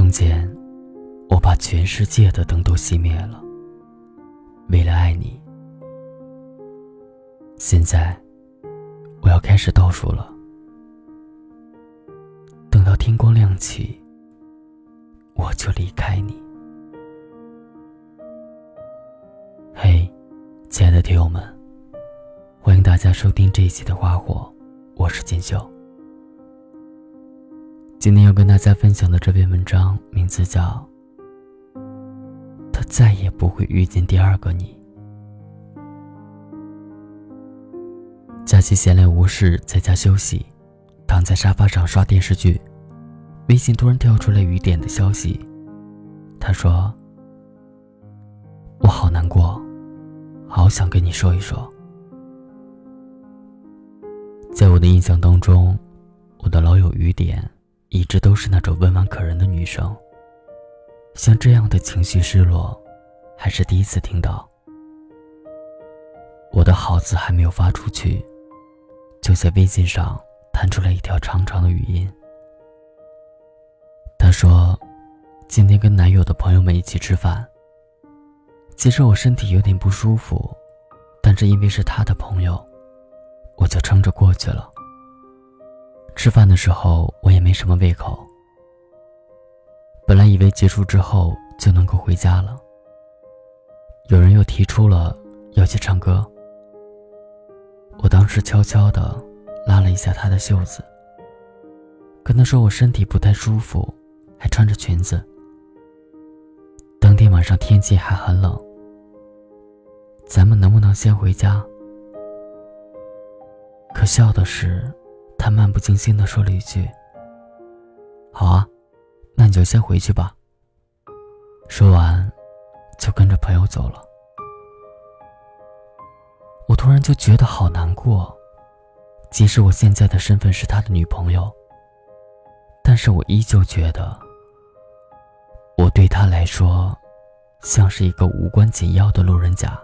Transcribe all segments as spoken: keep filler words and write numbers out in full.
从前，我把全世界的灯都熄灭了，为了爱你。现在，我要开始倒数了。等到天光亮起，我就离开你。嘿，亲爱的听友们，欢迎大家收听这一期的花火，我是锦绣。今天要跟大家分享的这篇文章名字叫他再也不会遇见第二个你。假期闲来无事，在家休息，躺在沙发上刷电视剧，微信突然跳出来雨点的消息。他说，我好难过，好想跟你说一说。在我的印象当中，我的老友雨点一直都是那种温婉可人的女生，像这样的情绪失落还是第一次听到。我的好字还没有发出去，就在微信上弹出来一条长长的语音。她说，今天跟男友的朋友们一起吃饭，其实我身体有点不舒服，但是因为是他的朋友，我就撑着过去了。吃饭的时候我也没什么胃口，本来以为结束之后就能够回家了，有人又提出了要去唱歌。我当时悄悄地拉了一下他的袖子，跟他说我身体不太舒服，还穿着裙子。当天晚上天气还很冷，咱们能不能先回家？可笑的是，他漫不经心地说了一句，好啊，那你就先回去吧。说完就跟着朋友走了。我突然就觉得好难过，即使我现在的身份是他的女朋友，但是我依旧觉得我对他来说像是一个无关紧要的路人甲。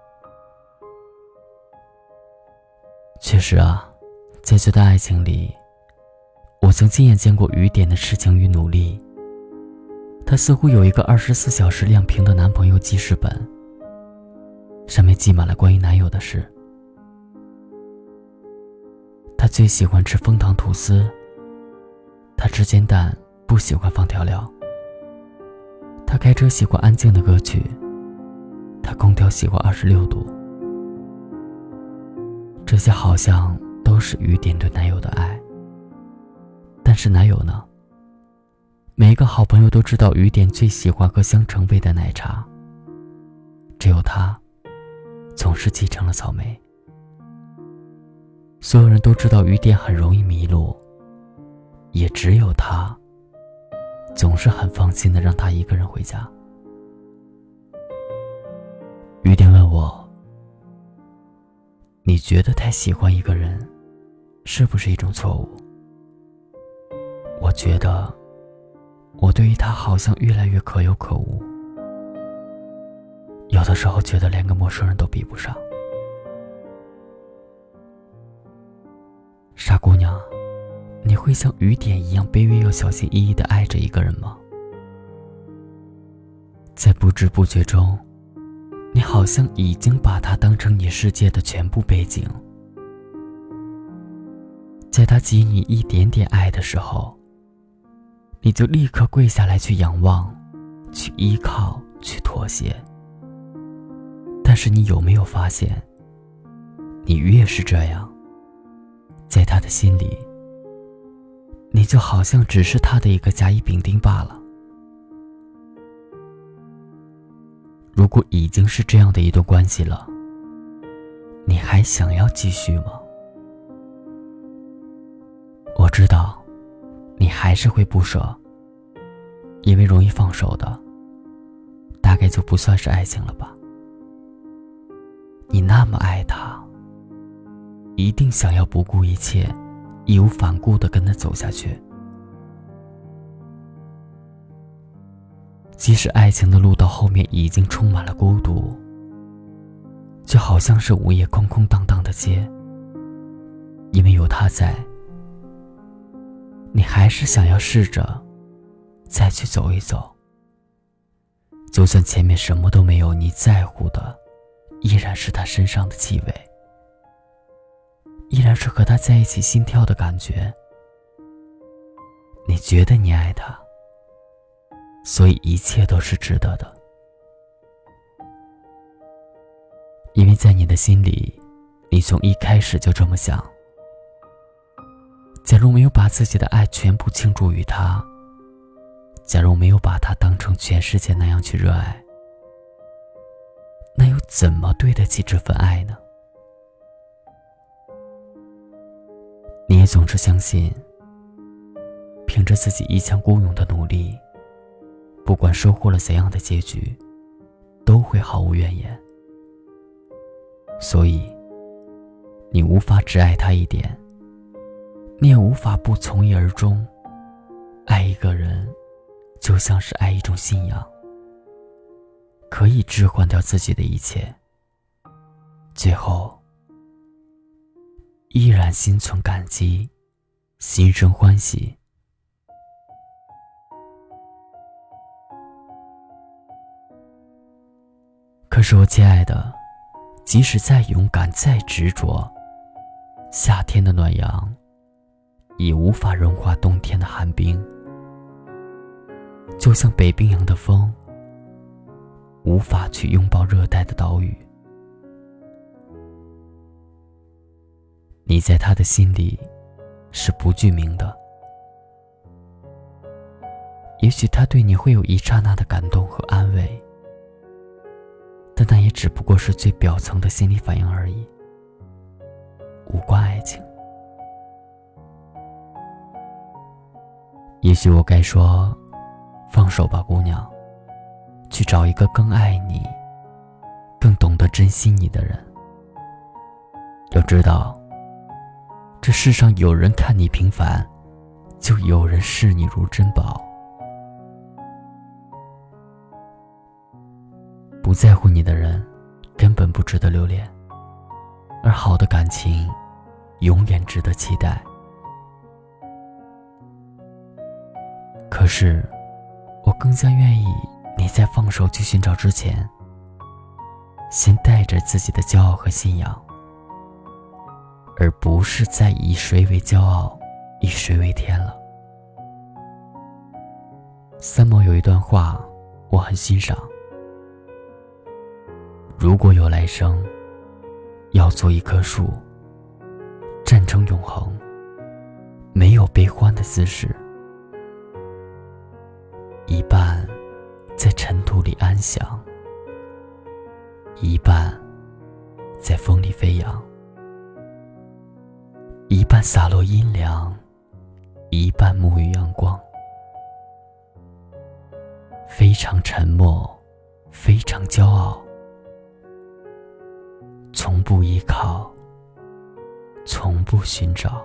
确实啊，在这段爱情里，我曾亲眼见过雨点的痴情与努力。她似乎有一个二十四小时亮屏的男朋友记事本，上面记满了关于男友的事。她最喜欢吃枫糖吐司，她吃煎蛋不喜欢放调料，她开车喜欢安静的歌曲，她空调喜欢二十六度。这些好像都是雨点对男友的爱，但是男友呢？每一个好朋友都知道雨点最喜欢喝香橙味的奶茶，只有他总是继承了草莓。所有人都知道雨点很容易迷路，也只有他总是很放心的让他一个人回家。雨点问我，你觉得太喜欢一个人是不是一种错误？我觉得我对于他好像越来越可有可无，有的时候觉得连个陌生人都比不上。傻姑娘，你会像雨点一样卑微又小心翼翼地爱着一个人吗？在不知不觉中，你好像已经把他当成你世界的全部背景。在他给予你一点点爱的时候，你就立刻跪下来去仰望，去依靠，去妥协。但是你有没有发现，你越是这样，在他的心里，你就好像只是他的一个甲乙丙丁罢了。如果已经是这样的一段关系了，你还想要继续吗？我知道你还是会不舍，因为容易放手的大概就不算是爱情了吧。你那么爱他，一定想要不顾一切，义无反顾地跟他走下去。即使爱情的路到后面已经充满了孤独，就好像是午夜空空荡荡的街，因为有他在，你还是想要试着再去走一走。就算前面什么都没有，你在乎的依然是他身上的气味，依然是和他在一起心跳的感觉。你觉得你爱他，所以一切都是值得的。因为在你的心里，你从一开始就这么想。假如没有把自己的爱全部倾注于他，假如没有把他当成全世界那样去热爱，那又怎么对得起这份爱呢？你也总是相信，凭着自己一腔孤勇的努力，不管收获了怎样的结局，都会毫无怨言。所以你无法只爱他一点，你也无法不从一而终。爱一个人就像是爱一种信仰，可以置换掉自己的一切，最后依然心存感激，心生欢喜。可是我亲爱的，即使再勇敢再执着，夏天的暖阳也无法融化冬天的寒冰，就像北冰洋的风无法去拥抱热带的岛屿。你在他的心里是不具名的，也许他对你会有一刹那的感动和安慰，但那也只不过是最表层的心理反应而已，无关爱情。也许我该说，放手吧，姑娘，去找一个更爱你、更懂得珍惜你的人。要知道，这世上有人看你平凡，就有人视你如珍宝。不在乎你的人根本不值得留恋，而好的感情永远值得期待。可是我更加愿意你在放手去寻找之前，先带着自己的骄傲和信仰，而不是再以谁为骄傲，以谁为天了。三毛有一段话我很欣赏，如果有来生，要做一棵树，站成永恒，没有悲欢的姿势，一半在尘土里安详，一半在风里飞扬，一半洒落阴凉，一半沐浴阳光，非常沉默，非常骄傲，从不依靠，从不寻找。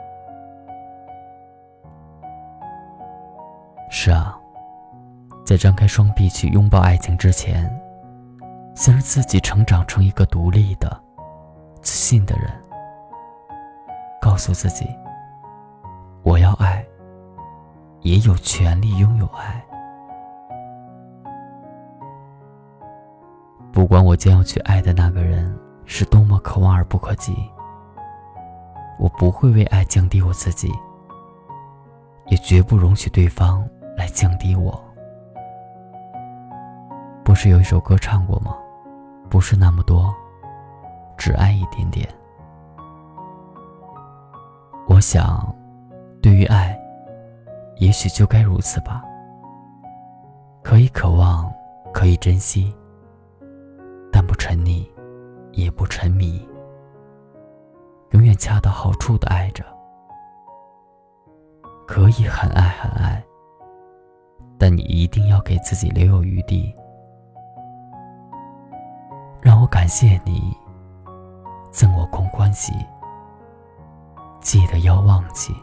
是啊，在张开双臂去拥抱爱情之前，先让自己成长成一个独立的、自信的人。告诉自己，我要爱，也有权利拥有爱。不管我将要去爱的那个人是多么可望而不可及，我不会为爱降低我自己，也绝不容许对方来降低我。不是有一首歌唱过吗？不是那么多，只爱一点点。我想，对于爱，也许就该如此吧。可以渴望，可以珍惜，但不沉溺，也不沉迷，永远恰到好处的爱着。可以很爱很爱，但你一定要给自己留有余地。让我感谢你，赠我空欢喜，记得要忘记。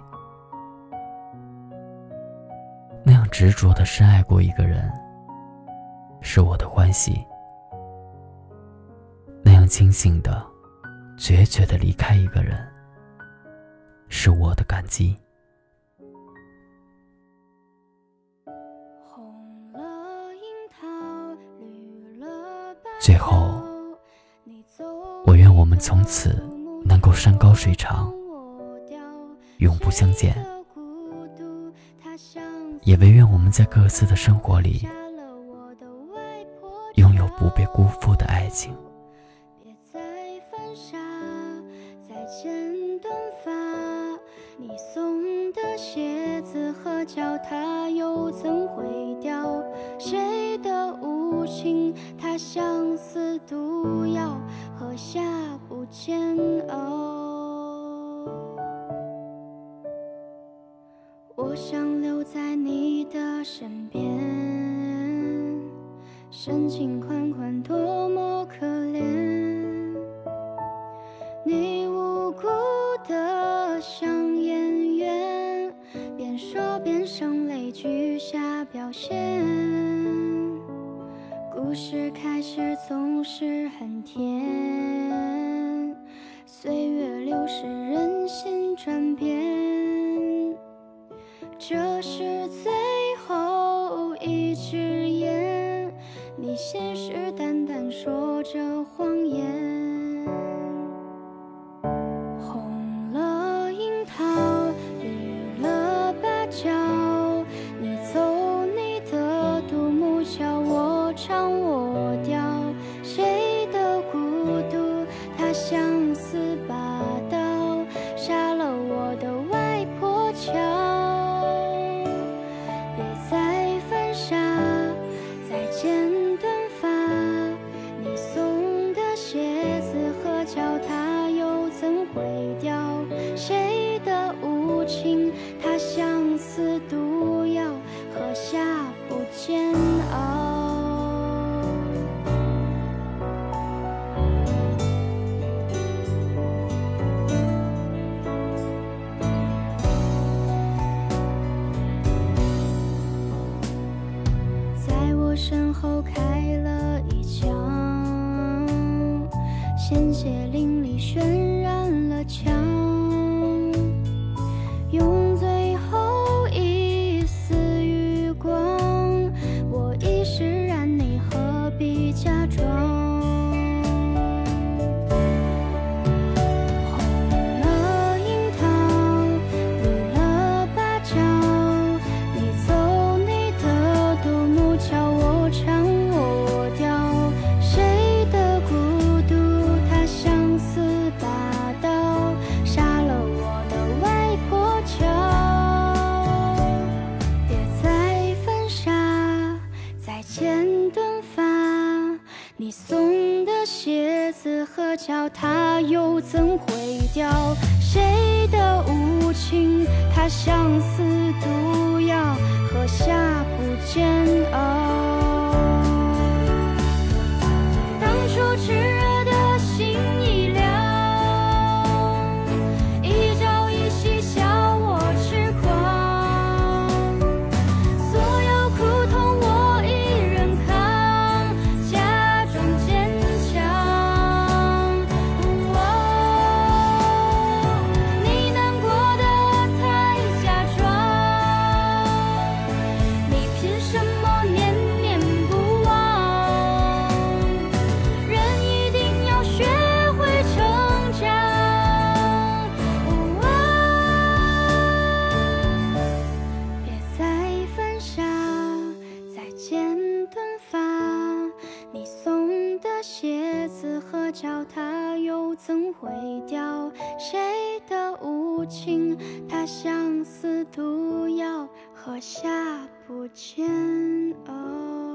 那样执着的深爱过一个人，是我的欢喜；那样清醒的、决绝的离开一个人，是我的感激。 最后，我愿我们从此能够山高水长，永不相见，也唯愿我们在各自的生活里拥有不被辜负的爱情。 别再犯傻，再剪短发，你送的鞋子和脚踏又怎会掉？谁的无情，它像似毒药，喝下不煎熬。我想留在你的身边，深情款款多么可怜，你无辜的像演员，边说边声泪俱下表现，故事开始总是很甜，岁月流逝人心转变，这是最后一支烟，你信誓旦旦说着谎言，红了樱桃，绿了芭蕉，你走你的独木桥，我唱我调，谁的孤独它相似拔刀，杀了我的外婆桥。别再犯傻，再剪短发，你送的鞋子和脚踏又怎会掉？谁的无情，它相似毒药，喝下不煎熬。在我身后开了一枪，鲜血淋漓渲染了墙，用最后一丝余光，我已释然，你何必假装？红了樱桃，绿了芭蕉，你走你的独木桥，我唱我调，谁的孤独它相似拔刀，杀了我的外婆桥。别再犯傻，再剪短发，你送的鞋子和脚踏又怎会掉？谁的无情，它相似毒药，喝下不煎熬。当初炽热的心已凉，一朝一夕笑我痴狂，所有苦痛我一人扛，假装坚强。哦，你难过的太假装，你凭什么念念不忘？人一定要学会成长。哦，别再犯傻，再剪短发，你送的鞋子和脚踏又怎会掉？谁的无情，它相似毒药，喝下不煎熬。